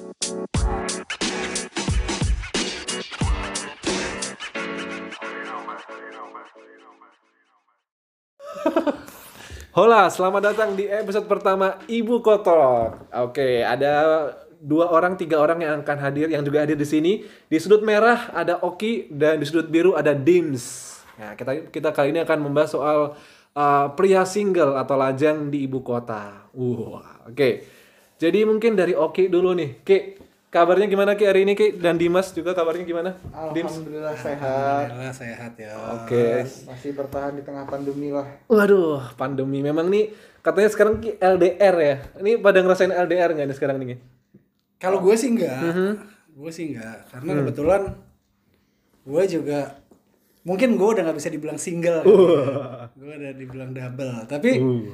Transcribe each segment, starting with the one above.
Hola, selamat datang di episode pertama Ibu Kotor. Oke, ada 3 orang yang akan hadir, yang juga hadir di sini. Di sudut merah ada Oki dan di sudut biru ada Dims. Nah, kita kali ini akan membahas soal pria single atau lajang di ibu kota. Oke. Jadi mungkin dari Oki dulu nih. Ki, kabarnya gimana Ki hari ini Ki? Dan Dimas juga kabarnya gimana? Dims? Alhamdulillah sehat. Alhamdulillah sehat ya. Oke. Masih bertahan di tengah pandemi lah. Waduh, pandemi. Memang nih katanya sekarang LDR ya. Ini pada ngerasain LDR nggak nih sekarang nih? Kalau gue sih enggak. Gue sih enggak. Karena kebetulan gue juga mungkin gue udah nggak bisa dibilang single. Gue udah dibilang double. Tapi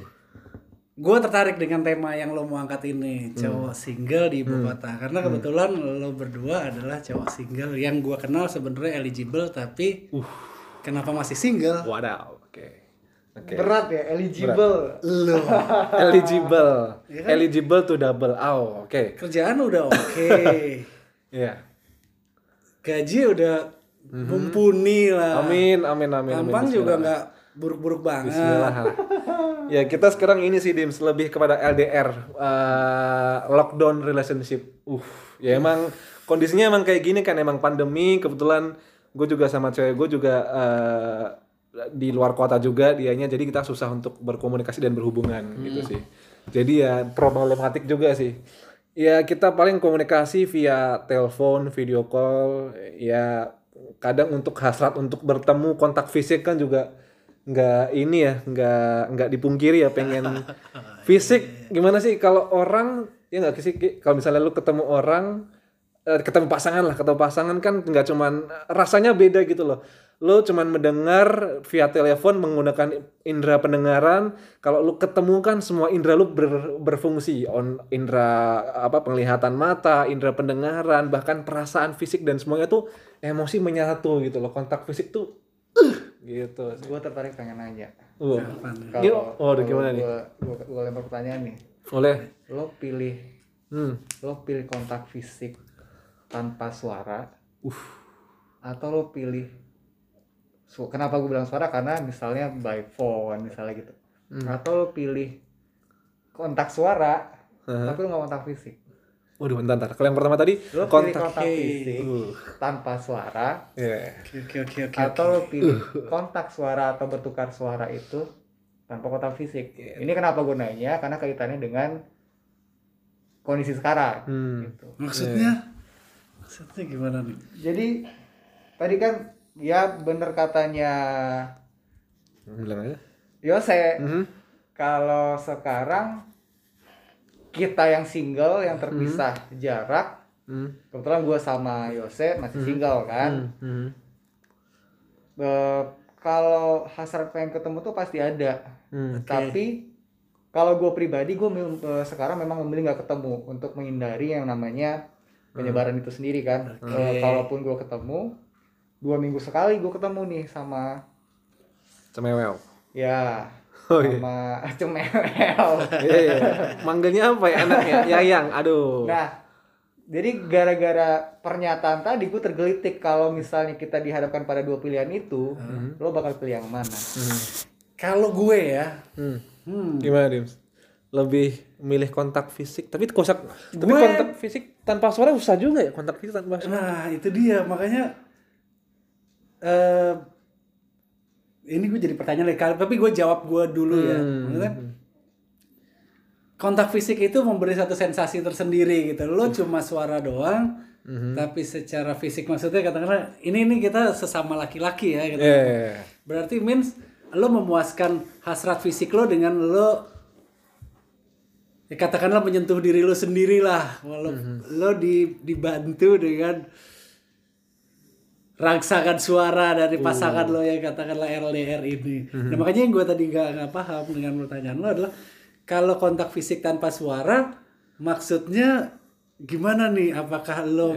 gue tertarik dengan tema yang lo mau angkat ini, cowok single di ibu kota. Karena kebetulan lo berdua adalah cowok single yang gue kenal sebenarnya eligible, tapi kenapa masih single? Wadaw, oke. Berat ya, eligible. Lo Eligible. Iya kan? Eligible to double. Oh, oke. kerjaan udah oke. Iya. Gaji udah mumpuni lah. Amin. Tampang juga nggak buruk-buruk banget. Bismillah. Ya, kita sekarang ini sih Dims lebih kepada LDR, lockdown relationship. Ya emang kondisinya emang kayak gini kan, emang pandemi. Kebetulan gue juga sama cewek gue juga di luar kota juga dianya, jadi kita susah untuk berkomunikasi dan berhubungan gitu sih. Jadi ya problematik juga sih. Ya kita paling komunikasi via telepon, video call. Ya kadang untuk hasrat untuk bertemu kontak fisik kan juga nggak ini ya, nggak dipungkiri ya, pengen fisik. Gimana sih kalau orang ya nggak sih, kalau misalnya lu ketemu orang, ketemu pasangan kan nggak cuman rasanya beda gitu loh. Lu cuman mendengar via telepon menggunakan indera pendengaran. Kalau lu ketemu kan semua indera lu berfungsi, indera penglihatan mata, indera pendengaran, bahkan perasaan fisik dan semuanya tuh emosi menyatu gitu loh. Kontak fisik tuh gitu. Gue tertarik pengen nanya. Udah gimana nih? Gue lempar pertanyaan nih. Boleh. Lo pilih kontak fisik tanpa suara, atau lo pilih kenapa gue bilang suara? Karena misalnya by phone misalnya gitu. Atau lo pilih kontak suara, tapi lo nggak kontak fisik. Waduh, bentar. Kalau yang pertama tadi Lo pilih kontak fisik tanpa suara, Oke. atau lo pilih kontak suara atau bertukar suara itu tanpa kontak fisik. Ini kenapa gue nanya? Karena kaitannya dengan kondisi sekarang. Gitu. Maksudnya gimana nih? Jadi tadi kan ya bener katanya bilang aja. Yose, kalau sekarang kita yang single, yang terpisah jarak, kebetulan gue sama Yose masih single kan. Kalau hasrat pengen ketemu tuh pasti ada. Tapi kalau gue pribadi, gue sekarang memang memilih nggak ketemu untuk menghindari yang namanya penyebaran itu sendiri kan. Kalaupun gue ketemu 2 minggu sekali gue ketemu nih sama Cemewel. ya iya. sama Cemewel. Iya. Manggilnya apa ya anaknya? Yayang. Aduh. Nah, jadi gara-gara pernyataan tadi gue tergelitik, kalau misalnya kita dihadapkan pada 2 pilihan itu, lo bakal pilih yang mana? Kalau gue ya, Gimana Dims? Lebih milih kontak fisik, tapi kontak fisik tanpa suara susah juga ya, kontak fisik tanpa suara. nah itu dia makanya ini gue jadi pertanyaan lagi, tapi gue jawab gue dulu ya. Maksudnya kontak fisik itu memberi satu sensasi tersendiri gitu. Lo cuma suara doang, tapi secara fisik maksudnya katakanlah ini kita sesama laki-laki ya gitu. Berarti means lo memuaskan hasrat fisik lo dengan lo ya katakanlah menyentuh diri lo sendiri lah, walaupun lo dibantu dengan rangsangan suara dari pasangan lo yang katakanlah LDR ini. Nah makanya yang gue tadi nggak paham dengan pertanyaan lo adalah kalau kontak fisik tanpa suara maksudnya gimana nih? Apakah lo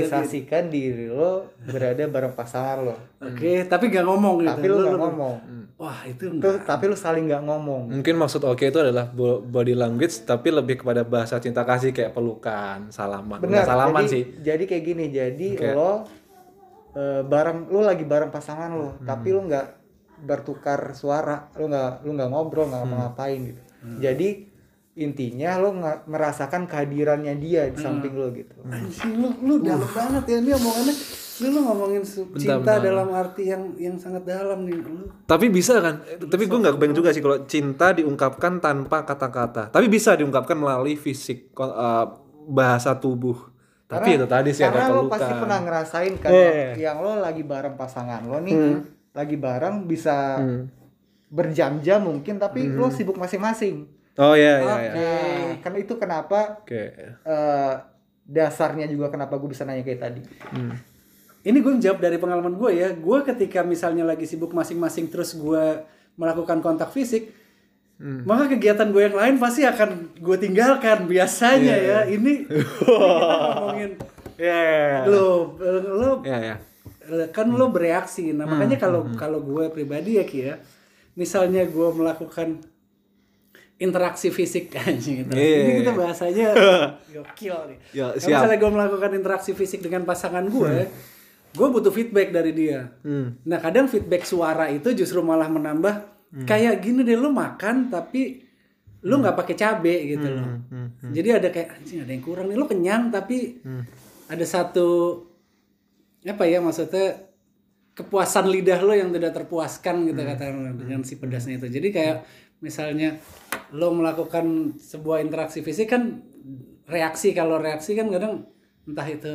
visualisasikan diri lo berada bareng pasangan lo. Oke, tapi nggak ngomong gitu. Tapi lo nggak ngomong. Wah, itu Terus, enggak. tapi lu saling nggak ngomong. Mungkin maksud oke itu adalah body language tapi lebih kepada bahasa cinta kasih kayak pelukan, salaman. Benar. Nggak salaman jadi, sih. Jadi kayak gini, jadi Kayak- lo lu lagi bareng pasangan lo, tapi lu nggak bertukar suara, lu nggak ngobrol, nggak ngapa-ngapain gitu. Jadi intinya lo merasakan kehadirannya dia di samping lo gitu. Anjing, lu dalam banget ya ini omongannya. Lu ngomongin cinta Bentar. dalam arti yang sangat dalam nih. Lu Tapi bisa kan? Tapi gue nggak kebayang juga sih kalau cinta diungkapkan tanpa kata-kata. Tapi bisa diungkapkan melalui fisik, bahasa tubuh. Tapi itu tadi sih ada karena lo pelukan. pasti pernah ngerasain kan yang lo lagi bareng pasangan lo nih, lagi bareng bisa berjam-jam mungkin, tapi lo sibuk masing-masing. Oh iya iya. Iya. Nah, kan itu kenapa Oke. dasarnya juga kenapa gue bisa nanya kayak tadi. ini gue menjawab dari pengalaman gue ya. Gue ketika misalnya lagi sibuk masing-masing terus gue melakukan kontak fisik, maka kegiatan gue yang lain pasti akan gue tinggalkan biasanya ya. Ini kita ngomongin Iya. lo Iya. kan lo bereaksi. Nah makanya kalau gue pribadi ya Ki ya, misalnya gue melakukan interaksi fisik anjing gitu. Ini kita bahasanya gokil nih. Ya, Kalau siap. misalnya gue melakukan interaksi fisik dengan pasangan gue butuh feedback dari dia. Nah kadang feedback suara itu justru malah menambah kayak gini deh, lo makan tapi lo nggak pakai cabe gitu loh. Jadi ada kayak anjing ada yang kurang nih, lo kenyang tapi ada satu apa ya maksudnya kepuasan lidah lo yang tidak terpuaskan gitu katakanlah dengan si pedasnya itu. Jadi kayak misalnya lo melakukan sebuah interaksi fisik kan reaksi, kalau reaksi kan kadang entah itu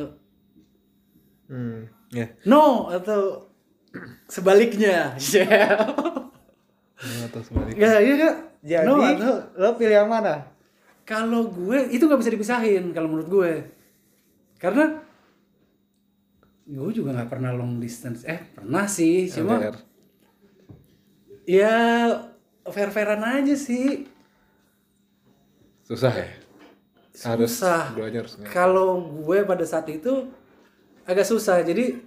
Ya. no atau sebaliknya. Atau sebaliknya. Ya iya Kak. Jadi No atau lo pilih yang mana? kalau gue itu nggak bisa dipisahin kalau menurut gue. Karena gue juga nggak pernah long distance. Pernah sih, cuma LDR. ya fair-fairan aja sih. Susah ya. Harus Susah. duanya harus. Kalau gue pada saat itu agak susah. Jadi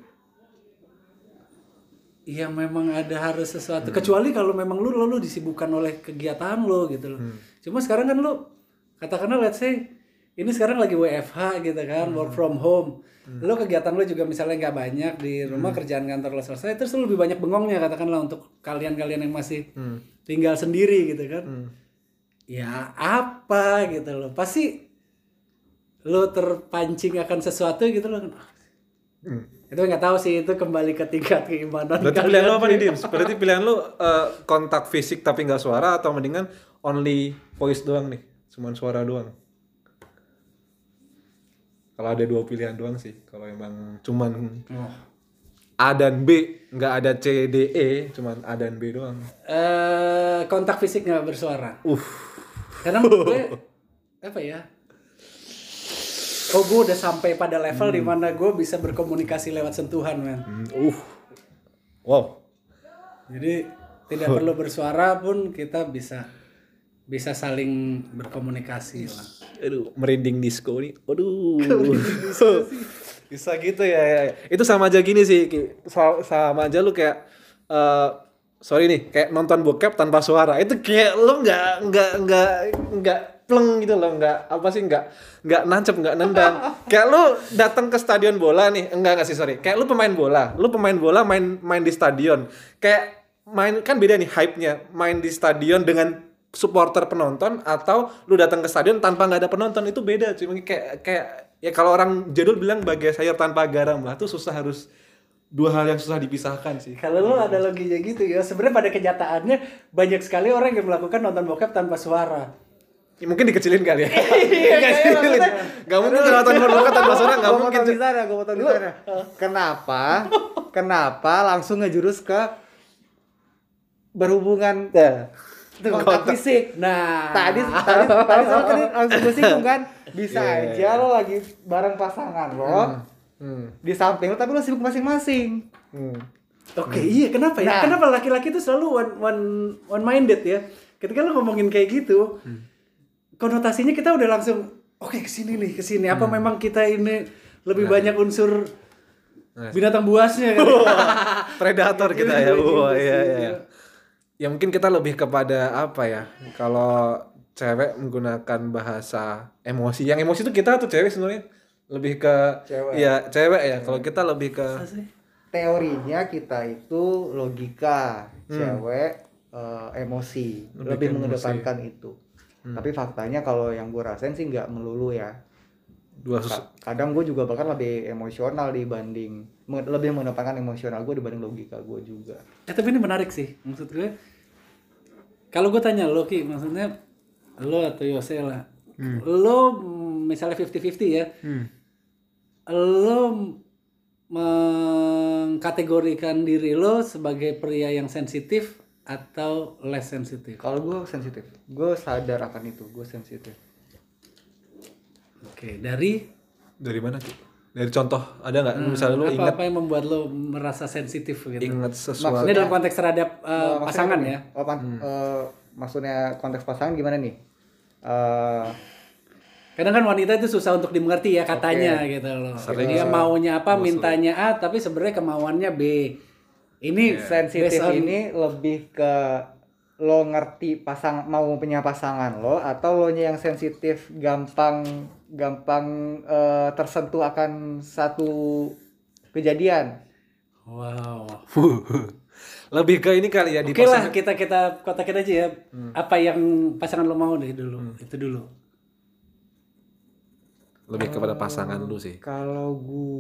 ya memang ada harus sesuatu. Kecuali kalau memang lu disibukkan oleh kegiatan lo gitu loh. Cuma sekarang kan lu katakanlah let's say ini sekarang lagi WFH gitu kan, work from home. Lo kegiatan lo juga misalnya nggak banyak di rumah, kerjaan kantor lo selesai, terus lo lebih banyak bengongnya katakanlah untuk kalian-kalian yang masih tinggal sendiri gitu kan. Ya apa gitu loh. Pasti lo terpancing akan sesuatu gitu loh. Itu nggak tahu sih, itu kembali ke tingkat keimanan. Berarti pilihan lo apa nih Dims? Berarti pilihan lo kontak fisik tapi nggak suara atau mendingan only voice doang nih, cuman suara doang? Kalau ada dua pilihan doang sih, kalau emang cuman A dan B, nggak ada C, D, E, cuman A dan B doang. Kontak fisik nggak bersuara. Karena menurut gue apa ya? Oh, gue udah sampai pada level di mana gue bisa berkomunikasi lewat sentuhan, man. Wow. Jadi tidak perlu bersuara pun kita bisa saling berkomunikasi lah. Aduh, merinding disco nih. Aduh. Bisa gitu ya. Itu sama aja gini sih, Ki. Sama aja lu kayak sorry nih, kayak nonton bokep tanpa suara. Itu kayak lu nggak pleng gitu loh, nggak nancep, nggak nendang. Kayak lu datang ke stadion bola nih, enggak sih, sorry. Kayak lu pemain bola main di stadion. Kayak main kan beda nih hype-nya, main di stadion dengan supporter penonton atau lu datang ke stadion tanpa nggak ada penonton, itu beda cuy. Kayak ya kalau orang jadul bilang bagai sayur tanpa garam lah, itu susah, harus dua hal yang susah dipisahkan sih. Kalau lo ada loginya gitu ya, sebenarnya pada kenyataannya banyak sekali orang yang melakukan nonton bokep tanpa suara. Ya, mungkin dikecilin kali ya. Iya, Dikecilin. Gak mungkin nonton bokep tanpa suara, gak mungkin. Gue potong di sana. Kenapa langsung ngejurus ke berhubungan kontak fisik? Nah, Tadi soalnya tadi langsung gue singgung kan, bisa Iya. aja lo lagi bareng pasangan lo, di samping lo tapi lo sibuk masing-masing. Oke, iya kenapa ya? Nah. Kenapa laki-laki itu selalu one minded ya? Ketika lo ngomongin kayak gitu, konotasinya kita udah langsung oke, kesini. Apa memang kita ini lebih banyak unsur binatang buasnya kan? Predator kita ya. Wah, iya. ya mungkin kita lebih kepada apa ya, kalau cewek menggunakan bahasa emosi, yang emosi itu kita atau cewek sebenarnya lebih ke Cewek. ya cewek ya, kalau kita lebih ke Teorinya kita itu logika, cewek emosi, lebih mengedepankan itu. Tapi faktanya kalau yang gue rasain sih nggak melulu ya. Kadang gue juga bahkan lebih emosional lebih mengedepankan emosional gue dibanding logika gue juga. Tapi ini menarik sih, maksud gue. Kalau gue tanya lo Ki, maksudnya lo atau Yose lah, lo misalnya 50-50 ya, lo mengkategorikan diri lo sebagai pria yang sensitif atau less sensitif? Kalau gue sensitif, gue sadar akan itu, gue sensitif. Oke, dari mana Ki? Dari contoh ada nggak? Misalnya lu ingat apa yang membuat lo merasa sensitif gitu? ingat sesuatu. Ini dalam konteks terhadap pasangan ya? Maksudnya konteks pasangan gimana nih? Kadang kan wanita itu susah untuk dimengerti ya katanya gitu loh. Dia maunya apa, mintanya A, tapi sebenarnya kemauannya B. Ini Sensitif ini lebih ke lo ngerti mau punya pasangan lo, atau lo nya yang sensitif gampang tersentuh akan satu kejadian. Wow. Lebih ke ini kali ya di Oke lah, kita kotakin aja ya. Apa yang pasangan lo mau deh dulu. Itu dulu. lebih kepada pasangan lu sih. Kalau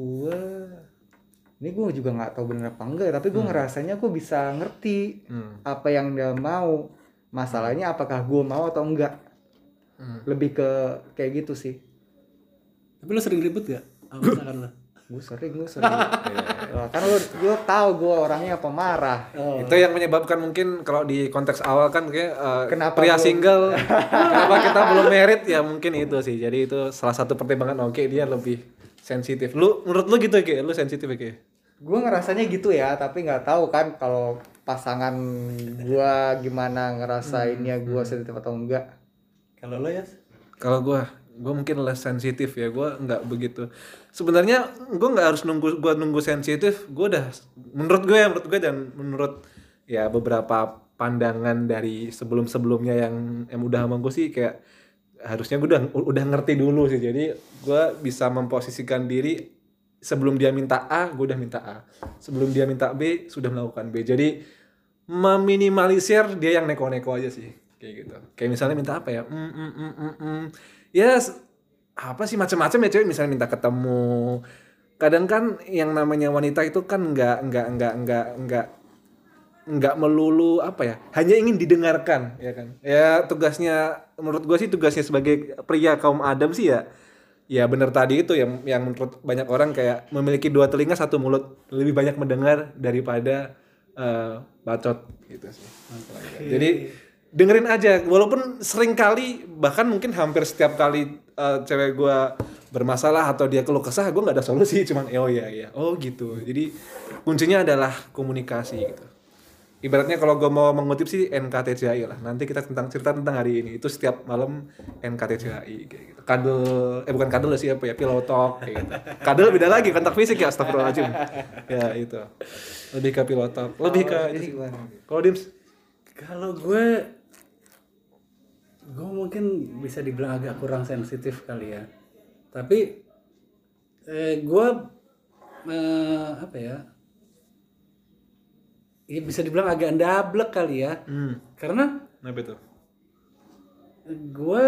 ini gue juga nggak tahu bener apa enggak, tapi gue ngerasanya gue bisa ngerti apa yang dia mau. Masalahnya apakah gue mau atau enggak. Lebih ke kayak gitu sih. Tapi lo sering ribut gak sama pasangan lo? Gue sering. Kan lo tahu gue orangnya pemarah. Itu yang menyebabkan mungkin kalau di konteks awal kan kayak Kenapa pria single, kenapa kita belum married ya, mungkin itu sih. Jadi itu salah satu pertimbangan. Oke, dia lebih sensitif. Menurut lu gitu ya, lu sensitif ya kayak? Gue ngerasanya gitu ya, tapi nggak tahu kan kalau pasangan gue gimana ngerasainnya, gue sensitif atau enggak. Kalau lo ya? Kalau gue mungkin less sensitif ya, gue nggak begitu. Sebenarnya gue nggak harus nunggu sensitif. Gue udah menurut gue dan menurut ya beberapa pandangan dari sebelumnya yang udah sama gue sih, kayak harusnya gue udah ngerti dulu sih. Jadi gue bisa memposisikan diri sebelum dia minta A, gue udah minta A. Sebelum dia minta B, sudah melakukan B. Jadi meminimalisir dia yang neko-neko aja sih, kayak gitu. Kayak misalnya minta apa ya? Ya apa sih macam-macam ya cewek, misalnya minta ketemu. Kadang kan yang namanya wanita itu kan nggak melulu apa ya, hanya ingin didengarkan ya kan. Ya menurut gue sih tugasnya sebagai pria kaum Adam sih ya benar tadi itu yang menurut banyak orang kayak memiliki 2 telinga 1 mulut, lebih banyak mendengar daripada bacot gitu sih. Jadi dengerin aja, walaupun sering kali, bahkan mungkin hampir setiap kali cewek gue bermasalah atau dia keluh kesah, gue nggak ada solusi, cuman oh gitu. Jadi kuncinya adalah komunikasi gitu. Ibaratnya kalau gue mau mengutip sih NKTCHI lah. Nanti kita cerita tentang hari ini. Itu setiap malam NKTCHI kayak gitu. Bukan kadel sih apa ya, pillow talk kayak gitu. Kadel beda lagi, kontak fisik ya, astagfirullahaladzim. Ya itu. Lebih ke pillow talk. Lebih ke kalau Dims? Kalau gue mungkin bisa dibilang agak kurang sensitif kali ya. Tapi gue apa ya? Ya bisa dibilang agak ndablek kali ya. Karena Apa itu? gue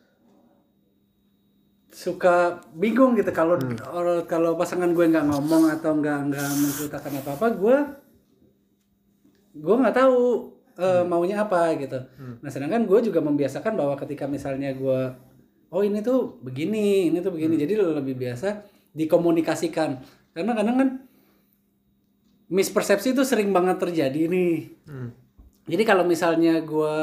suka bingung gitu kalau pasangan gue nggak ngomong atau nggak menceritakan apa-apa, gue nggak tahu maunya apa gitu. Nah sedangkan gue juga membiasakan bahwa ketika misalnya gue ini tuh begini, jadi lebih biasa dikomunikasikan. Karena kadang kan mispersepsi itu sering banget terjadi nih. Jadi kalau misalnya gue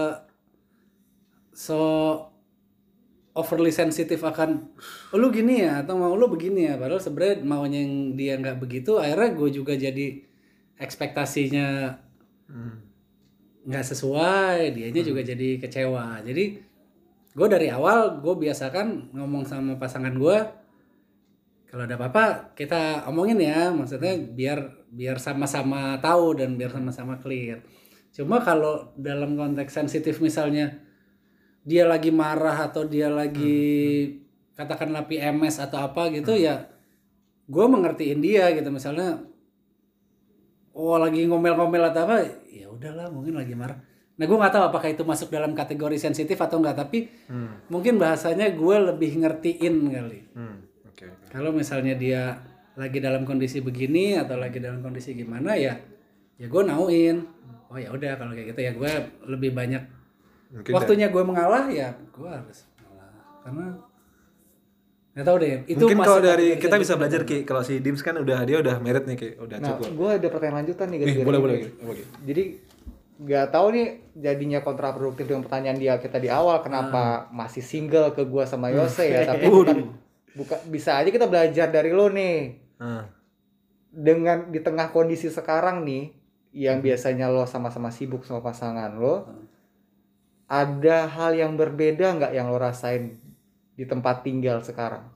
overly sensitif akan lu gini ya atau mau lu begini ya, padahal sebenarnya maunya yang dia nggak begitu, akhirnya gue juga jadi ekspektasinya nggak sesuai, dianya juga jadi kecewa. Jadi gue dari awal gue biasakan ngomong sama pasangan gue, kalau ada apa-apa kita omongin ya, maksudnya biar sama-sama tahu dan biar sama-sama clear. Cuma kalau dalam konteks sensitif misalnya dia lagi marah atau dia lagi katakanlah PMS atau apa gitu ya gue mengertiin dia gitu. Misalnya lagi ngomel-ngomel atau apa, ya udahlah mungkin lagi marah. Nah gue nggak tahu apakah itu masuk dalam kategori sensitif atau enggak, tapi mungkin bahasanya gue lebih ngertiin kali. Oke. Kalau misalnya dia lagi dalam kondisi begini atau lagi dalam kondisi gimana ya gue nauin. Oh ya udah kalau kayak gitu ya gue lebih banyak Mungkin waktunya gue mengalah ya gue harus mengalah karena nggak tahu deh. Itu mungkin kalau masuk dari kategori kita bisa sensitif belajar atau Ki. Kalau si Dims kan dia udah merit nih Ki, udah Nah, cukup. gue ada pertanyaan lanjutan nih Ih, gara-gara boleh ini. Ki. Apa, Ki? Jadi nggak tahu nih jadinya kontraproduktif dengan pertanyaan kita di awal kenapa masih single ke gua sama Yose ya, tapi bukan bisa aja kita belajar dari lo nih. Dengan di tengah kondisi sekarang nih yang biasanya lo sama-sama sibuk sama pasangan lo, ada hal yang berbeda nggak yang lo rasain di tempat tinggal sekarang?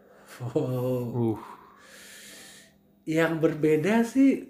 Yang berbeda sih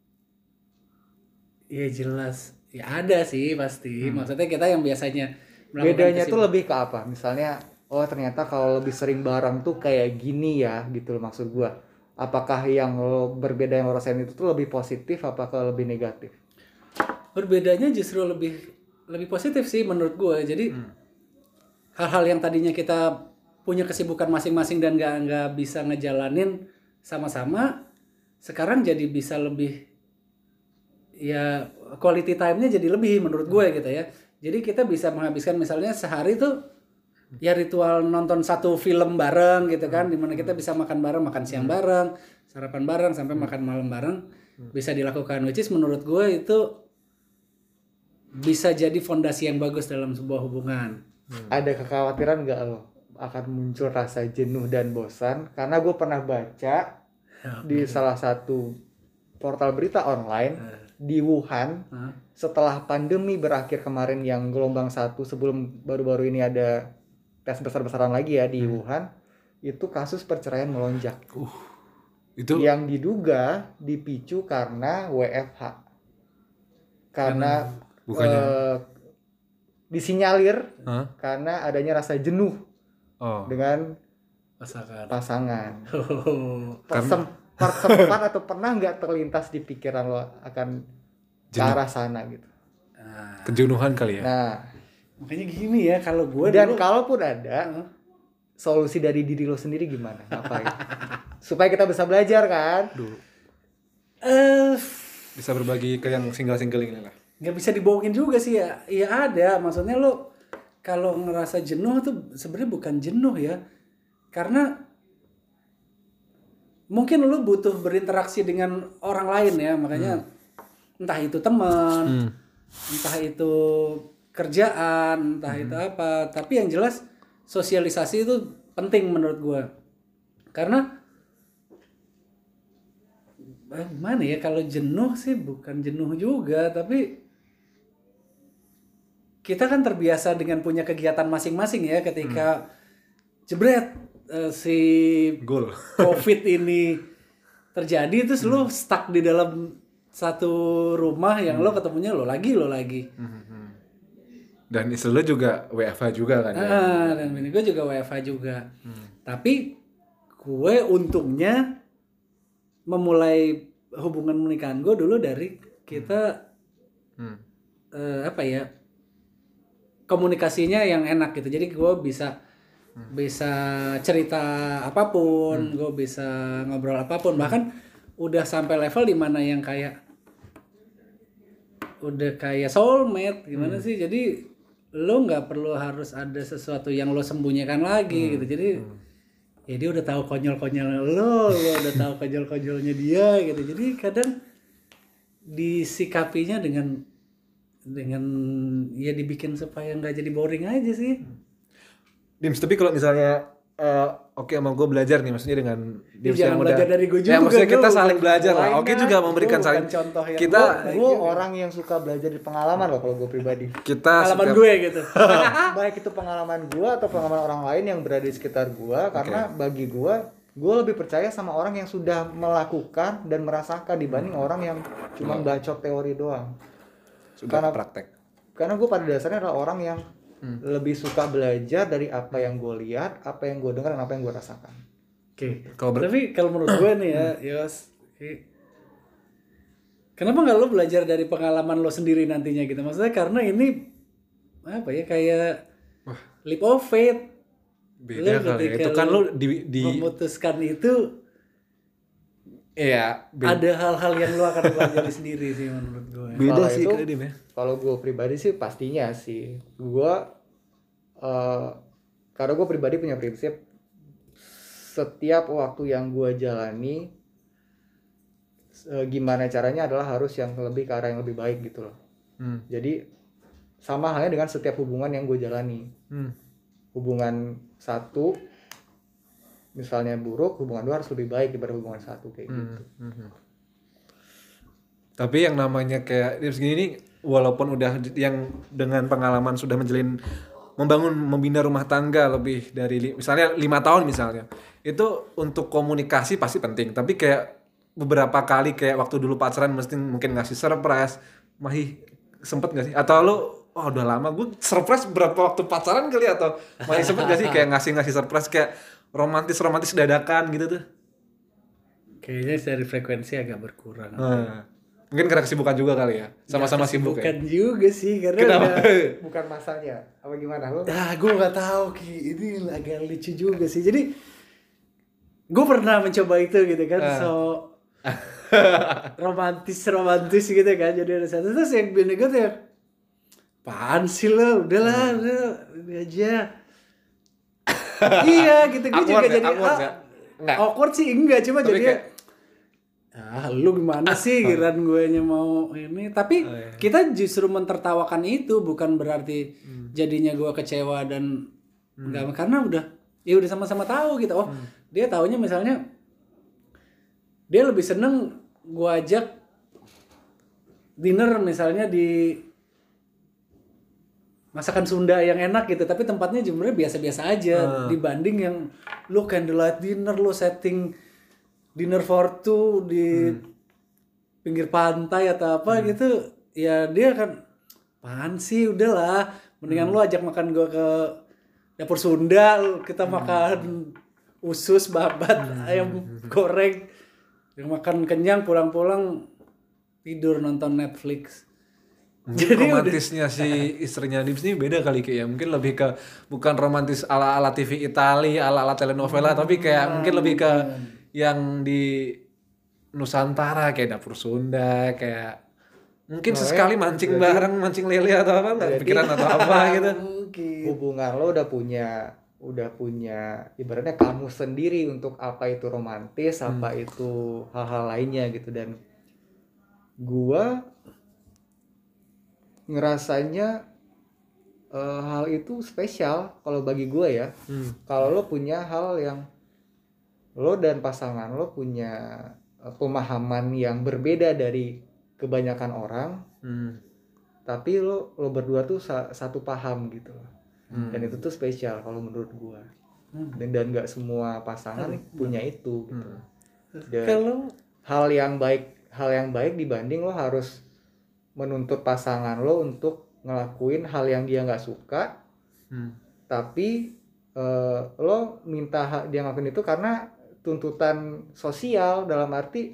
ya jelas ya ada sih pasti. Maksudnya kita yang biasanya bedanya tuh lebih ke apa? Misalnya ternyata kalau lebih sering bareng tuh kayak gini ya gitu loh maksud gua. Apakah yang lo berbeda yang lo rasain itu tuh lebih positif apakah lebih negatif? Berbedanya justru lebih positif sih menurut gue. Jadi hal-hal yang tadinya kita punya kesibukan masing-masing dan nggak bisa ngejalanin sama-sama, sekarang jadi bisa lebih ya quality time-nya jadi lebih menurut gue gitu ya. Jadi kita bisa menghabiskan misalnya sehari tuh ya ritual nonton satu film bareng gitu kan, dimana kita bisa makan bareng, makan siang bareng, sarapan bareng sampai makan malam bareng bisa dilakukan, which is menurut gue itu bisa jadi fondasi yang bagus dalam sebuah hubungan. Ada kekhawatiran nggak lo akan muncul rasa jenuh dan bosan? Karena gue pernah baca di salah satu portal berita online di Wuhan setelah pandemi berakhir kemarin yang gelombang 1 sebelum baru-baru ini ada tes besar-besaran lagi ya di Wuhan, itu kasus perceraian melonjak. Itu yang diduga dipicu karena WFH. Karena disinyalir karena adanya rasa jenuh dengan pasangan. Sempat atau pernah nggak terlintas di pikiran lo akan ke arah sana gitu? kejenuhan kali ya. Nah, makanya gini ya kalau gue dan kalaupun ada solusi dari diri lo sendiri gimana? Ngapain? Supaya kita bisa belajar kan? Bisa berbagi ke yang single-single ini lah. Nggak bisa dibohongin juga sih ya. Iya ada, maksudnya lo kalau ngerasa jenuh tuh sebenarnya bukan jenuh ya, karena mungkin lo butuh berinteraksi dengan orang lain ya, makanya entah itu teman, entah itu kerjaan, entah itu apa, tapi yang jelas sosialisasi itu penting menurut gue. Karena gimana ya, kalau jenuh sih bukan jenuh juga, tapi kita kan terbiasa dengan punya kegiatan masing-masing ya. Ketika jebret si COVID ini terjadi, terus lo stuck di dalam satu rumah yang lo ketemunya lo lagi. Dan istri lo juga WFH juga kan? Dan bini gue juga WFH juga. Tapi gue untungnya memulai hubungan pernikahan gue dulu dari kita komunikasinya yang enak gitu. Jadi gue bisa cerita apapun, gue bisa ngobrol apapun. Bahkan udah sampai level dimana yang kayak udah kayak soulmate gimana sih. Jadi lo nggak perlu harus ada sesuatu yang lo sembunyikan lagi gitu. Jadi ya dia udah tahu konyol-konyolnya lo udah tahu konyol-konyolnya dia gitu. Jadi kadang disikapinya dengan ya dibikin supaya nggak jadi boring aja sih. Dims, tapi kalau misalnya oke emang gue belajar nih, maksudnya dengan Dims yang belajar udah dari gue juga, ya maksudnya kita gue saling bukan belajar lah. lainnya. Oke juga memberikan Gue saling bukan contoh yang kita gue orang yang suka belajar di pengalaman loh kalau gue pribadi. kita pengalaman setiap- gue gitu. Baik itu pengalaman gue atau pengalaman orang lain yang berada di sekitar gue, karena bagi gue lebih percaya sama orang yang sudah melakukan dan merasakan dibanding orang yang cuma bacot teori doang. sudah Karena- praktek. Karena gue pada dasarnya adalah orang yang lebih suka belajar dari apa yang gue lihat, apa yang gue dengar, dan apa yang gue rasakan. Oke. Kalau Tapi kalau menurut gue nih ya, Yos, kenapa nggak lo belajar dari pengalaman lo sendiri nantinya gitu? Maksudnya karena ini apa ya, kayak leap of faith. beda Lo kali ya. ketika Itu kan lo lu di memutuskan itu, iya, ada hal-hal yang lo akan pelajari sendiri sih menurut gue. beda Kalau sih itu- kali Dim ya. Kalau gue pribadi sih pastinya sih, gue karena gue pribadi punya prinsip setiap waktu yang gue jalani, gimana caranya adalah harus yang lebih ke arah yang lebih baik gitu loh. Jadi sama halnya dengan setiap hubungan yang gue jalani. Hubungan satu misalnya buruk, hubungan dua harus lebih baik daripada hubungan satu kayak gitu. Tapi yang namanya kayak Dim segini nih, walaupun udah yang dengan pengalaman sudah membangun membina rumah tangga lebih dari misalnya 5 tahun misalnya, itu untuk komunikasi pasti penting. Tapi kayak beberapa kali kayak waktu dulu pacaran mesti mungkin ngasih surprise, Mahi sempet gak sih? Atau lu udah lama gue surprise berapa waktu pacaran kali, atau Mahi sempet gak sih kayak ngasih surprise kayak romantis dadakan gitu tuh? Kayaknya dari frekuensi agak berkurang. Mungkin karena kesibukan juga kali ya, sama-sama sibuk ya. Bukan juga sih, karena Kenapa? Bukan masanya. Apa gimana lo? gue nggak tahu Ki, ini agak lucu juga sih. Jadi gue pernah mencoba itu gitu kan, so romantis gitu kan. Jadi ada satu terus yang bini gue tuh, apaan sih lo, udahlah, udah aja. Iya gitu, gue Awkward juga ya? jadi Awkward ya? Enggak. awkward sih enggak, cuma Tapi jadi kayak- lu gimana sih, kiran gue nya mau ini. Tapi kita justru mentertawakan itu, bukan berarti jadinya gue kecewa dan enggak, karena udah sama-sama tahu gitu. Dia taunya misalnya dia lebih seneng gue ajak dinner misalnya di masakan Sunda yang enak gitu, tapi tempatnya sebenarnya biasa-biasa aja dibanding yang lu candlelight dinner, lu setting dinner for two di pinggir pantai atau apa gitu. Ya dia kan, apaan sih, udahlah mendingan lu ajak makan gua ke dapur Sunda, kita makan usus, babat, ayam goreng, yang makan kenyang, pulang-pulang tidur nonton Netflix. Mungkin romantisnya si istrinya Dims ini beda kali kayak ya. Mungkin lebih ke bukan romantis ala-ala TV Itali, ala-ala telenovela, tapi kayak mungkin lebih ke yang di Nusantara kayak dapur Sunda, kayak mungkin sesekali mancing bareng, mancing lele atau apa, nggak pikiran atau apa gitu. Hubungan lo udah punya ibaratnya kamu sendiri untuk apa itu romantis, apa itu hal-hal lainnya gitu. Dan gua ngerasanya hal itu spesial kalau bagi gua ya. Kalau lo punya hal yang lo dan pasangan lo punya pemahaman yang berbeda dari kebanyakan orang, tapi lo berdua tuh satu paham gitu loh. Dan itu tuh spesial kalau menurut gua. Dan nggak semua pasangan punya itu gitu. Dan Kalau hal yang baik dibanding lo harus menuntut pasangan lo untuk ngelakuin hal yang dia nggak suka, tapi lo minta dia ngelakuin itu karena tuntutan sosial, dalam arti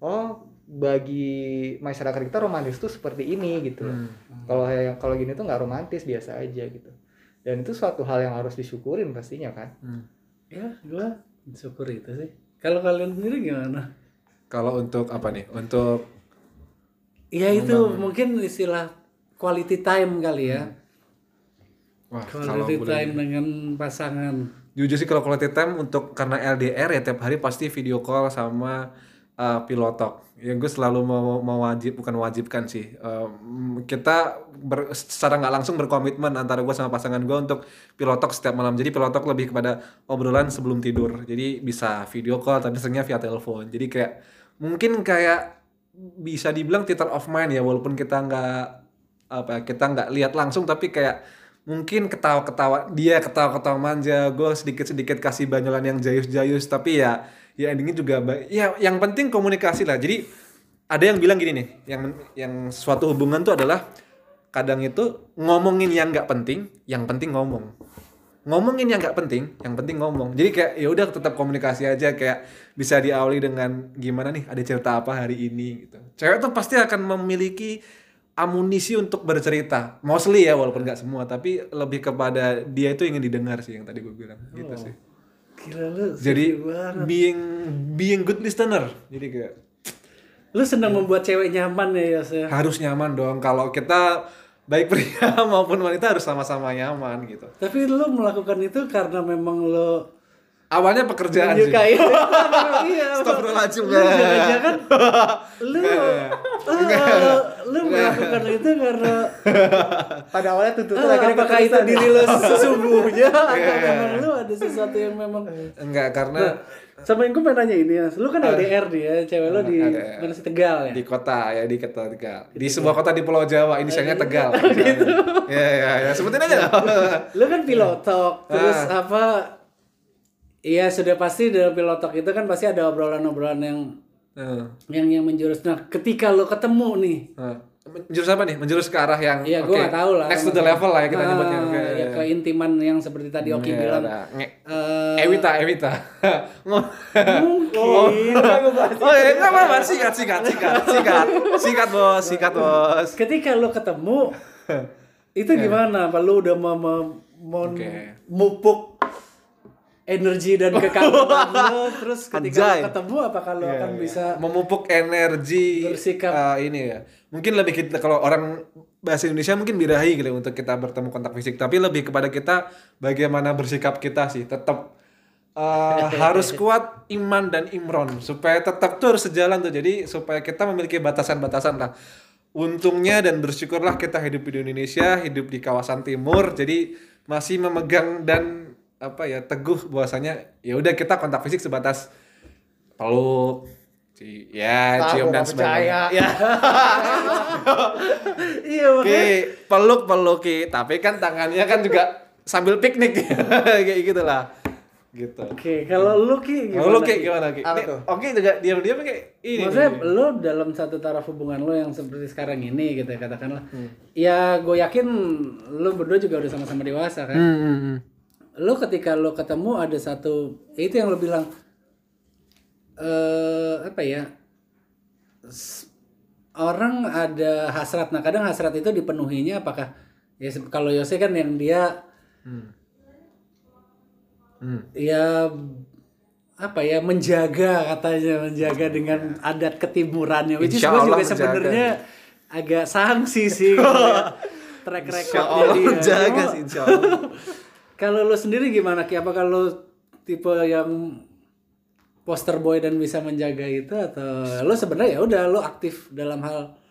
bagi masyarakat kita romantis tuh seperti ini gitu. Kalau gini tuh nggak romantis, biasa aja gitu. Dan itu suatu hal yang harus disyukurin pastinya kan. ya gua syukur itu sih. Kalau kalian sendiri gimana? Kalau untuk apa nih? Untuk Ya itu mungkin istilah quality time kali ya. wah, kalau Quality boleh time dengan pasangan. jujur sih kalau quality time untuk karena LDR ya tiap hari pasti video call sama pilotok. Ya gue selalu bukan mewajibkan sih. Kita secara nggak langsung berkomitmen antara gue sama pasangan gue untuk pilotok setiap malam. Jadi pilotok lebih kepada obrolan sebelum tidur. Jadi bisa video call tapi seringnya via telepon. Jadi kayak mungkin kayak bisa dibilang theater of mind ya, walaupun kita nggak lihat langsung, tapi kayak mungkin ketawa-ketawa manja, gue sedikit-sedikit kasih banyolan yang jayus-jayus, tapi ya endingnya juga ya yang penting komunikasi lah. Jadi ada yang bilang gini nih, yang suatu hubungan tuh adalah kadang itu ngomongin yang nggak penting, yang penting ngomong. Ngomongin yang nggak penting, yang penting ngomong. Jadi kayak ya udah tetap komunikasi aja, kayak bisa diawali dengan gimana nih, ada cerita apa hari ini gitu. Cewek tuh pasti akan memiliki amunisi untuk bercerita. Mostly ya, walaupun nggak semua, tapi lebih kepada dia itu ingin didengar sih, yang tadi gue bilang gitu sih. Gila lu. Jadi setuju banget. being good listener. Jadi kayak Lu senang membuat cewek nyaman ya Yos ya. harus nyaman dong. Kalau kita baik pria maupun wanita harus sama-sama nyaman gitu. Tapi lu melakukan itu karena memang lu Awalnya pekerjaan sih. menyukai. Iya. Astagfirullahaladzim. Lu jangan-jangan lu lu melakukan itu karena Pada awalnya tuntutan akhirnya apakah itu keterusan. diri lu sesungguhnya atau memang lu ada sesuatu yang memang Enggak, karena sama yang gue pengen nanya ini ya, lu kan LDR dia, cewek lu di LDR. mana sih, Tegal ya? di kota ya, di kota Tegal. Di sebuah kota di Pulau Jawa, inisialnya Tegal. Ya, sebutin aja. Lu kan pilotok, terus apa? Iya sudah pasti dalam pilotok itu kan pasti ada obrolan-obrolan yang menjurus. Nah, ketika lu ketemu nih, Menjurus apa nih? Menjurus ke arah yang iya gue nggak tahu lah. next to the level lah ya kita nyebutnya. Ya, keintiman yang seperti tadi Oki bilang. Evita. Mungkin. Oh ya, nggak apa-apa. Sikat bos. Ketika lu ketemu, itu gimana? Apa lu udah memupuk energi dan kekaguman lo, terus ketika lo ketemu apakah lo akan bisa memupuk energi bersikap ini ya. Mungkin lebih kita, kalau orang bahasa Indonesia mungkin birahi gitu untuk kita bertemu kontak fisik, tapi lebih kepada kita bagaimana bersikap kita sih. Tetap harus kuat iman dan imron supaya tetap tuh harus sejalan tuh. Jadi supaya kita memiliki batasan-batasan lah. Untungnya dan bersyukurlah kita hidup di Indonesia, hidup di kawasan timur, jadi masih memegang dan teguh bahwasanya ya udah kita kontak fisik sebatas peluk, cium dan sebagainya. Ya. Iya makanya. Peluk, tapi kan tangannya kan juga sambil piknik kayak gitulah. Gitu. Oke, kalau lu Ki gimana? Lu Ki gimana Ki? Apa tuh? Oke juga diam-diam kayak ini. Maksudnya lu dalam satu taraf hubungan lu yang seperti sekarang ini gitu ya, katakanlah. Ya gue yakin lu berdua juga udah sama-sama dewasa kan. Lu ketika lu ketemu ada satu, itu yang lu bilang orang ada hasrat. Nah kadang hasrat itu dipenuhinya apakah ya kalau Yose kan yang dia ya menjaga dengan adat ketimurannya, which is gue juga sebenarnya agak sangsi sih track recordnya dia. Menjaga sih insyaallah. Kalau lo sendiri gimana Ki? Apakah lo tipe yang poster boy dan bisa menjaga itu, atau lo sebenarnya ya udah lo aktif dalam hal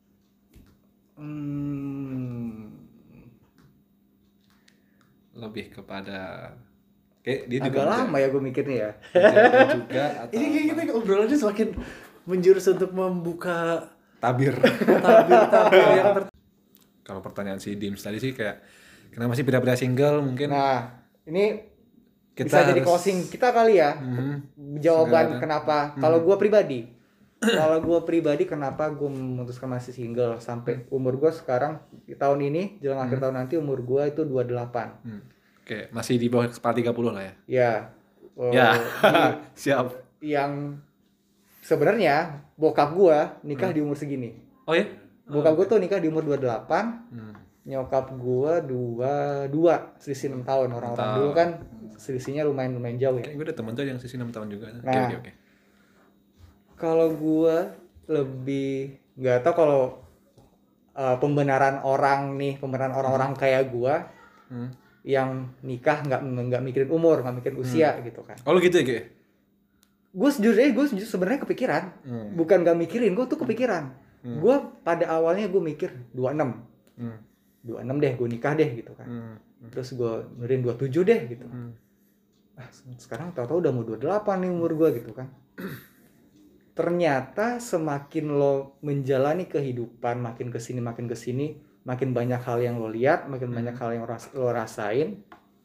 lebih kepada kayak dia agak lama ya gue mikirnya ya. juga atau ini kayak kita obrolannya semakin menjurus untuk membuka tabir yang kalau pertanyaan si Dims tadi sih kayak kenapa sih pria-pria single mungkin. Nah, ini Kita bisa jadi harus- closing kita kali ya. Jawaban Sebenarnya. kenapa? Kalau gue pribadi kenapa gue memutuskan masih single sampai umur gue sekarang di tahun ini jelang akhir tahun nanti umur gue itu 28. Oke, masih di bawah kepala 30 lah ya. Ya. Ya. Siap. Yang sebenarnya bokap gue nikah di umur segini. Oh ya? Bokap gue tuh nikah di umur 28. Nyokap gue 22, selisih 6 tahun. Orang-orang dulu kan selisihnya lumayan jauh ya. Kayak gue ada temen tuh yang sisi 6 tahun juga. Nah. Oke. Kalau gue lebih nggak tahu kalau pembenaran orang-orang kayak gue yang nikah nggak mikirin umur, nggak mikirin usia gitu kan. Oh lu gitu ya Ki? Gue sebenarnya kepikiran, bukan nggak mikirin, gue tuh kepikiran. Gue pada awalnya gue mikir 26 deh, gue nikah deh gitu kan. Terus gue mikirin 27 deh gitu. Sekarang tahu-tahu udah mau 28 nih umur gue gitu kan. Ternyata semakin lo menjalani kehidupan, makin kesini, makin banyak hal yang lo lihat, makin banyak hal yang lo rasain.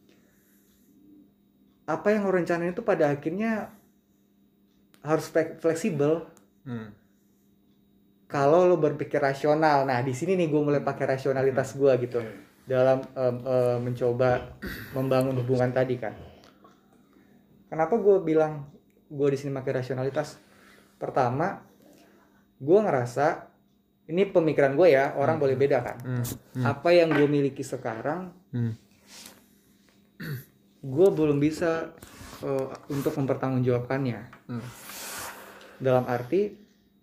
Apa yang lo rencanain itu pada akhirnya harus fleksibel. kalau lo berpikir rasional. Nah, di sini nih gue mulai pakai rasionalitas gue gitu dalam mencoba membangun hubungan tadi kan. Kenapa gue bilang gue di sini pakai rasionalitas? Pertama, gue ngerasa ini pemikiran gue ya, orang boleh beda kan. Apa yang gue miliki sekarang, gue belum bisa untuk mempertanggungjawabkannya. Dalam arti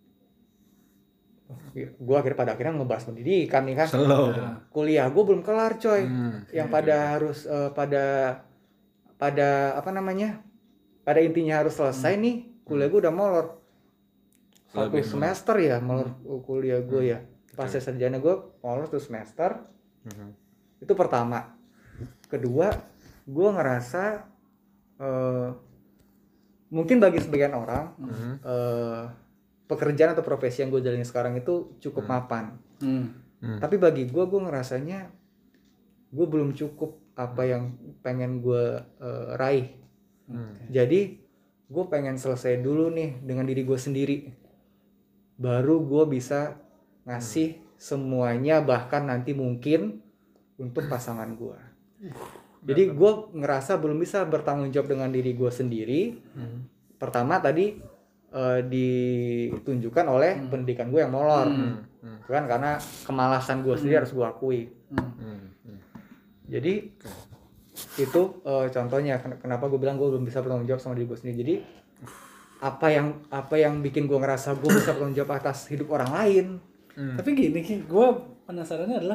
gue pada akhirnya ngebahas pendidikan nih kan. Kuliah gue belum kelar coy. Yang pada harus pada apa namanya, pada intinya harus selesai nih. Kuliah gue udah molor 1 semester ya molor kuliah gue ya. Pasca sarjana gue molor 1 semester. Itu pertama. Kedua, gue ngerasa mungkin bagi sebagian orang pekerjaan atau profesi yang gue jalani sekarang itu cukup mapan. Tapi bagi gue ngerasanya gue belum cukup apa yang pengen gue raih. Jadi gue pengen selesai dulu nih dengan diri gue sendiri, baru gue bisa ngasih semuanya, bahkan nanti mungkin untuk pasangan gue. Jadi gue ngerasa belum bisa bertanggung jawab dengan diri gue sendiri. Pertama tadi ditunjukkan oleh pendidikan gue yang molor, kan, karena kemalasan gue sendiri harus gue akui. Jadi itu contohnya kenapa gue bilang gue belum bisa bertanggung jawab sama diri gue sendiri. Jadi apa yang bikin gue ngerasa gue bisa bertanggung jawab atas hidup orang lain. Tapi gini, gue penasarannya adalah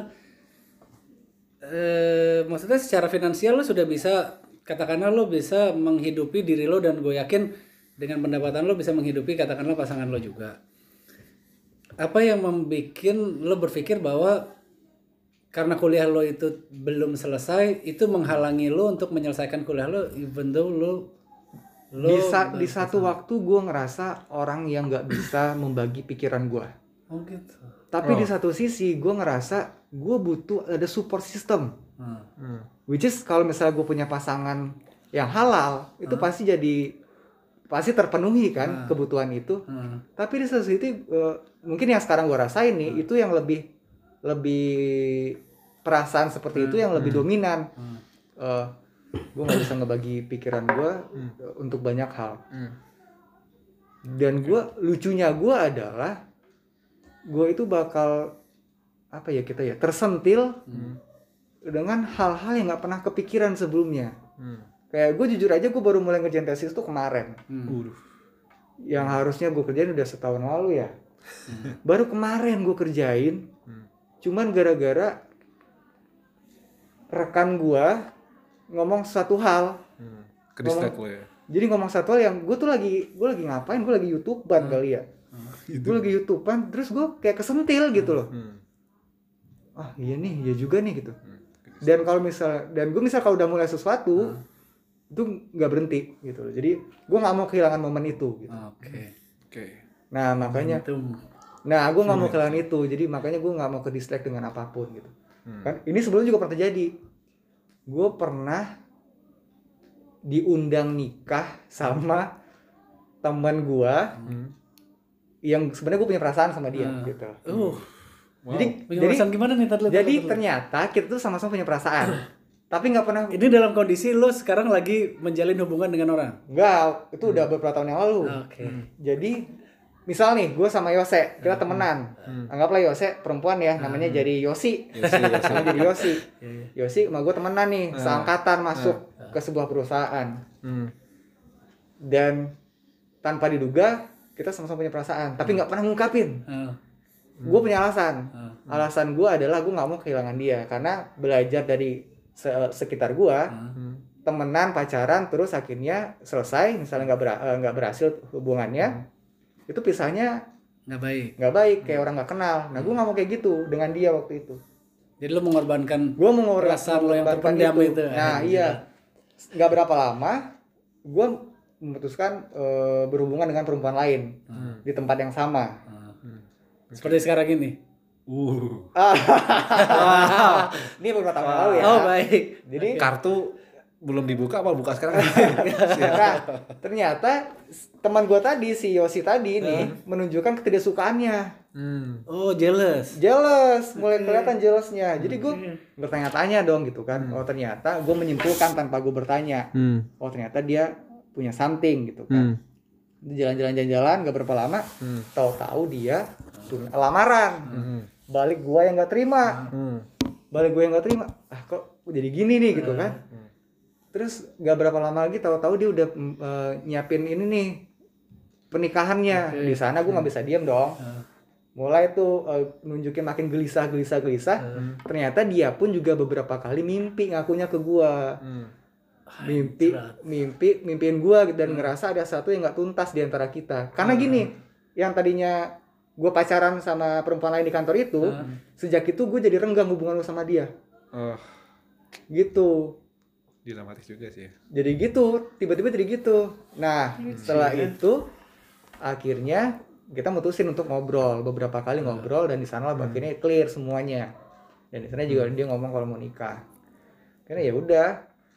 maksudnya secara finansial lo sudah bisa, katakanlah lo bisa menghidupi diri lo, dan gue yakin dengan pendapatan lo bisa menghidupi katakanlah pasangan lo juga. Apa yang membuat lo berpikir bahwa karena kuliah lo itu belum selesai, itu menghalangi lo untuk menyelesaikan kuliah lo, even though lo di satu waktu gue ngerasa orang yang nggak bisa membagi pikiran gue. Oh gitu. Tapi di satu sisi gue ngerasa gue butuh ada support system. Which is kalau misalnya gue punya pasangan yang halal, itu pasti terpenuhi kan kebutuhan itu. Tapi di satu sisi mungkin yang sekarang gue rasain nih itu yang lebih perasaan seperti itu yang lebih dominan. Gue nggak bisa ngebagi pikiran gue untuk banyak hal. Dan lucunya gue adalah gue itu bakal tersentil dengan hal-hal yang nggak pernah kepikiran sebelumnya. Kayak gue jujur aja, gue baru mulai ngerjain tesis tuh kemarin. Yang harusnya gue kerjain udah setahun lalu ya. Baru kemarin gue kerjain. Cuman gara-gara rekan gue ngomong satu hal. Jadi ngomong satu hal yang gue lagi ngapain? Gue lagi YouTubean kali ya. Gue lagi YouTubean, terus gue kayak kesentil gitu loh. Ah iya nih, iya juga nih gitu. Dan gue kalau udah mulai sesuatu itu nggak berhenti gitu loh. Jadi gue nggak mau kehilangan momen itu gitu. Nah makanya gue nggak mau kehilangan itu, jadi makanya gue nggak mau ke distract dengan apapun gitu. Kan ini sebelumnya juga pernah terjadi. Gue pernah diundang nikah sama teman gue yang sebenarnya gue punya perasaan sama dia gitu. Jadi perasaan gimana nih tadi? Jadi ternyata kita tuh sama-sama punya perasaan. Tapi nggak pernah. Ini dalam kondisi lo sekarang lagi menjalin hubungan dengan orang? Enggak, itu udah beberapa tahun yang lalu. Jadi misal nih, gue sama Yose, kita temenan. Anggaplah Yose perempuan ya, namanya jadi Yosi. Namanya jadi Yosi. Yosi sama gue temenan nih, seangkatan masuk ke sebuah perusahaan. Dan tanpa diduga, kita sama-sama punya perasaan. Tapi nggak pernah ngungkapin. Gue punya alasan. Alasan gue adalah gue nggak mau kehilangan dia. Karena belajar dari sekitar gue, temenan, pacaran, terus akhirnya selesai, misalnya nggak berhasil hubungannya, itu pisahnya nggak baik, kayak orang nggak kenal. Nah gue nggak mau kayak gitu dengan dia waktu itu. Jadi lo mengorbankan perasaan lo yang terpendam itu. Nah iya, nggak berapa lama gue memutuskan berhubungan dengan perempuan lain di tempat yang sama. Seperti sekarang ini. Ini beberapa tahun lalu ya. Oh baik. Jadi kartu belum dibuka apa buka sekarang? Nah, ternyata teman gue tadi, si Yosi tadi nih menunjukkan ketidaksukaannya Oh, jealous. Mulai kelihatan jealousnya. Jadi gue bertanya-tanya dong gitu kan. Oh ternyata gue menyimpulkan tanpa gue bertanya. Oh ternyata dia punya something gitu kan. Jalan-jalan gak berapa lama, tahu-tahu dia lamaran. Balik gue yang gak terima. Ah kok jadi gini nih gitu kan. Terus gak berapa lama lagi tahu-tahu dia udah nyiapin ini nih pernikahannya. Di sana gue nggak bisa diam dong. Mulai tuh nunjukin makin gelisah. Ternyata dia pun juga beberapa kali mimpi ngakunya ke gue. Mimpiin gue dan ngerasa ada satu yang nggak tuntas di antara kita. Karena gini, yang tadinya gue pacaran sama perempuan lain di kantor itu, sejak itu gue jadi renggang hubungan gue sama dia. Gitu. Dilematis juga sih ya. Jadi gitu, tiba-tiba jadi gitu. Nah, setelah itu akhirnya kita mutusin untuk ngobrol, beberapa kali ngobrol dan di sana akhirnya clear semuanya. Dan di sana juga dia ngomong kalau mau nikah. Karena ya udah.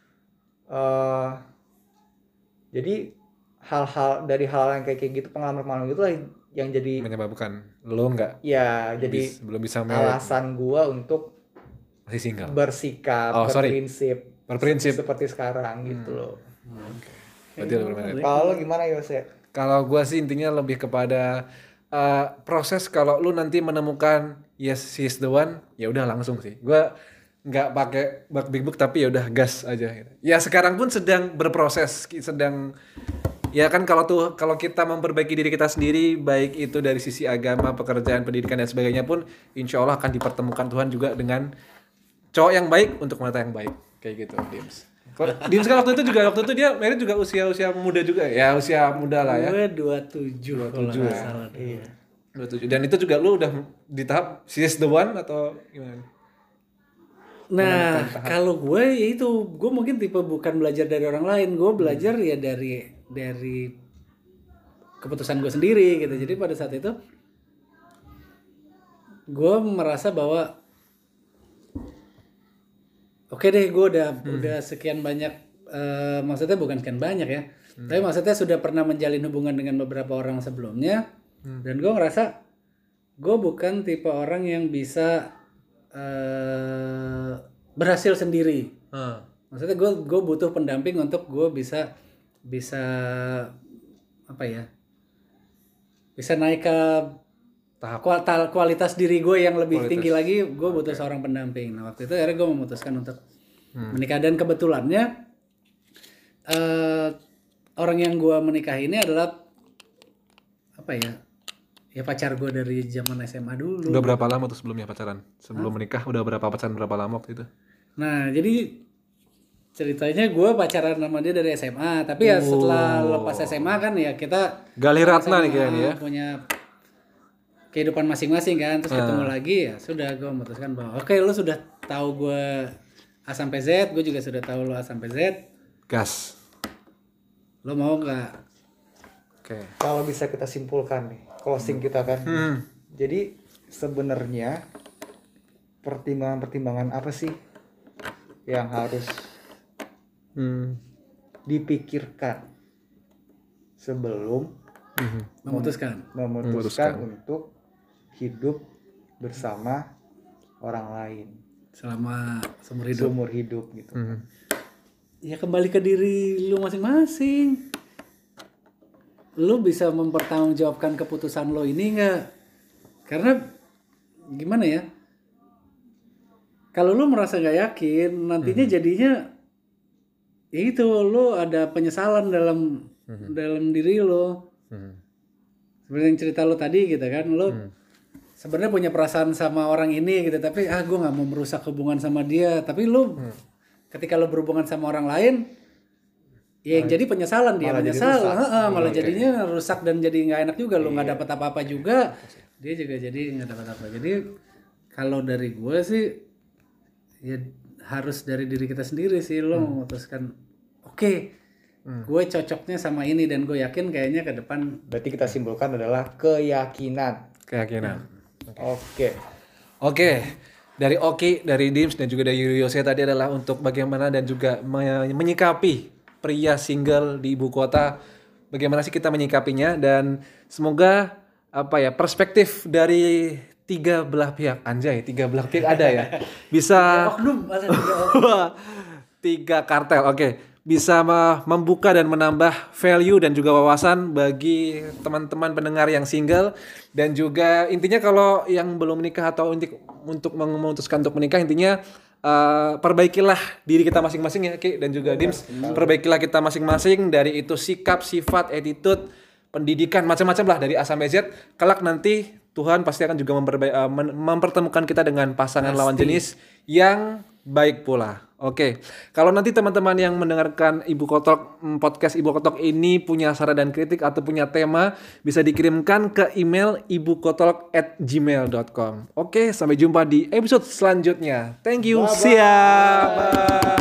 Jadi hal-hal yang kayak gitu, pengalaman gitu lah yang jadi menyebabkan lo nggak jadi belum bisa alasan gua untuk masih single, bersikap, berprinsip seperti sekarang gitu loh. Berarti lo berbeda. Kalau gimana Yose? Kalau gua sih intinya lebih kepada proses. Kalau lu nanti menemukan yes she's the one, ya udah langsung sih. Gua nggak pakai big book tapi ya udah gas aja gitu. Ya sekarang pun sedang berproses, ya kan kalau kita memperbaiki diri kita sendiri, baik itu dari sisi agama, pekerjaan, pendidikan dan sebagainya pun insya Allah akan dipertemukan Tuhan juga dengan cowok yang baik untuk wanita yang baik, kayak gitu. Dims kan waktu itu dia married juga usia muda juga ya, usia muda lah ya. Gue 27 kalau nggak salah. Iya. 27. Dan itu juga lu udah di tahap she's the one atau gimana? Nah, kalau gue ya itu, gue mungkin tipe bukan belajar dari orang lain, gue belajar ya dari keputusan gue sendiri gitu. Jadi pada saat itu gue merasa bahwa oke deh, gue udah sekian banyak, maksudnya bukan sekian banyak ya, tapi maksudnya sudah pernah menjalin hubungan dengan beberapa orang sebelumnya, dan gue ngerasa gue bukan tipe orang yang bisa berhasil sendiri. Maksudnya gue butuh pendamping untuk gue bisa apa ya, bisa naik ke tahap kualitas diri gue yang lebih tinggi lagi. Gue butuh seorang pendamping. Nah waktu itu akhirnya gue memutuskan untuk menikah, dan kebetulannya orang yang gue menikahi ini adalah apa ya pacar gue dari zaman SMA dulu. Udah berapa lama tuh sebelumnya pacaran? Sebelum menikah udah pacaran berapa lama waktu itu? Nah jadi ceritanya gue pacaran sama dia dari SMA, tapi ya setelah lepas SMA kan ya kita Gali Ratna nih kayaknya ya, punya kehidupan masing-masing kan, terus ketemu lagi, ya sudah gue memutuskan bahwa oke, lu sudah tahu gue A sampai Z, gue juga sudah tahu lu A sampai Z, gas, lu mau nggak? Oke. Kalau bisa kita simpulkan nih closing kita kan, jadi sebenarnya pertimbangan apa sih yang harus dipikirkan sebelum memutuskan untuk hidup bersama orang lain selama seumur hidup gitu. Ya kembali ke diri lu masing-masing. Lu bisa mempertanggungjawabkan keputusan lo ini nggak? Karena gimana ya? Kalau lu merasa nggak yakin, nantinya jadinya ya itu, lu ada penyesalan dalam diri lo. Seperti yang cerita lo tadi gitu kan, lo sebenarnya punya perasaan sama orang ini gitu, tapi gue nggak mau merusak hubungan sama dia. Tapi lo ketika lo berhubungan sama orang lain, ya yang jadi penyesalan, dia menyesal, malah jadinya rusak dan jadi nggak enak juga. Lo nggak dapat apa-apa juga, dia juga jadi nggak dapat apa. Jadi kalau dari gue sih ya harus dari diri kita sendiri sih, lo memutuskan oke, gue cocoknya sama ini dan gue yakin kayaknya ke depan. Berarti kita simpulkan adalah keyakinan. Oke. Dari Oki, dari Dims dan juga dari Yose tadi adalah untuk bagaimana dan juga menyikapi pria single di ibu kota. Bagaimana sih kita menyikapinya, dan semoga perspektif dari tiga belah pihak. Anjay, tiga belah pihak ada ya. Bisa Oknum ada tiga oknum. tiga kartel. Oke. Bisa membuka dan menambah value dan juga wawasan bagi teman-teman pendengar yang single, dan juga intinya kalau yang belum menikah atau untuk memutuskan untuk menikah, intinya perbaikilah diri kita masing-masing ya Ki dan juga Dims. Perbaikilah kita masing-masing, dari itu sikap, sifat, attitude, pendidikan, macam-macam lah dari A sampai Z. Kelak nanti Tuhan pasti akan juga mempertemukan kita dengan pasangan lawan jenis yang baik pula. Oke, kalau nanti teman-teman yang mendengarkan podcast Ibu Kotok ini punya saran dan kritik atau punya tema, bisa dikirimkan ke email ibukotok@gmail.com. Oke, sampai jumpa di episode selanjutnya. Thank you. See ya. Bye.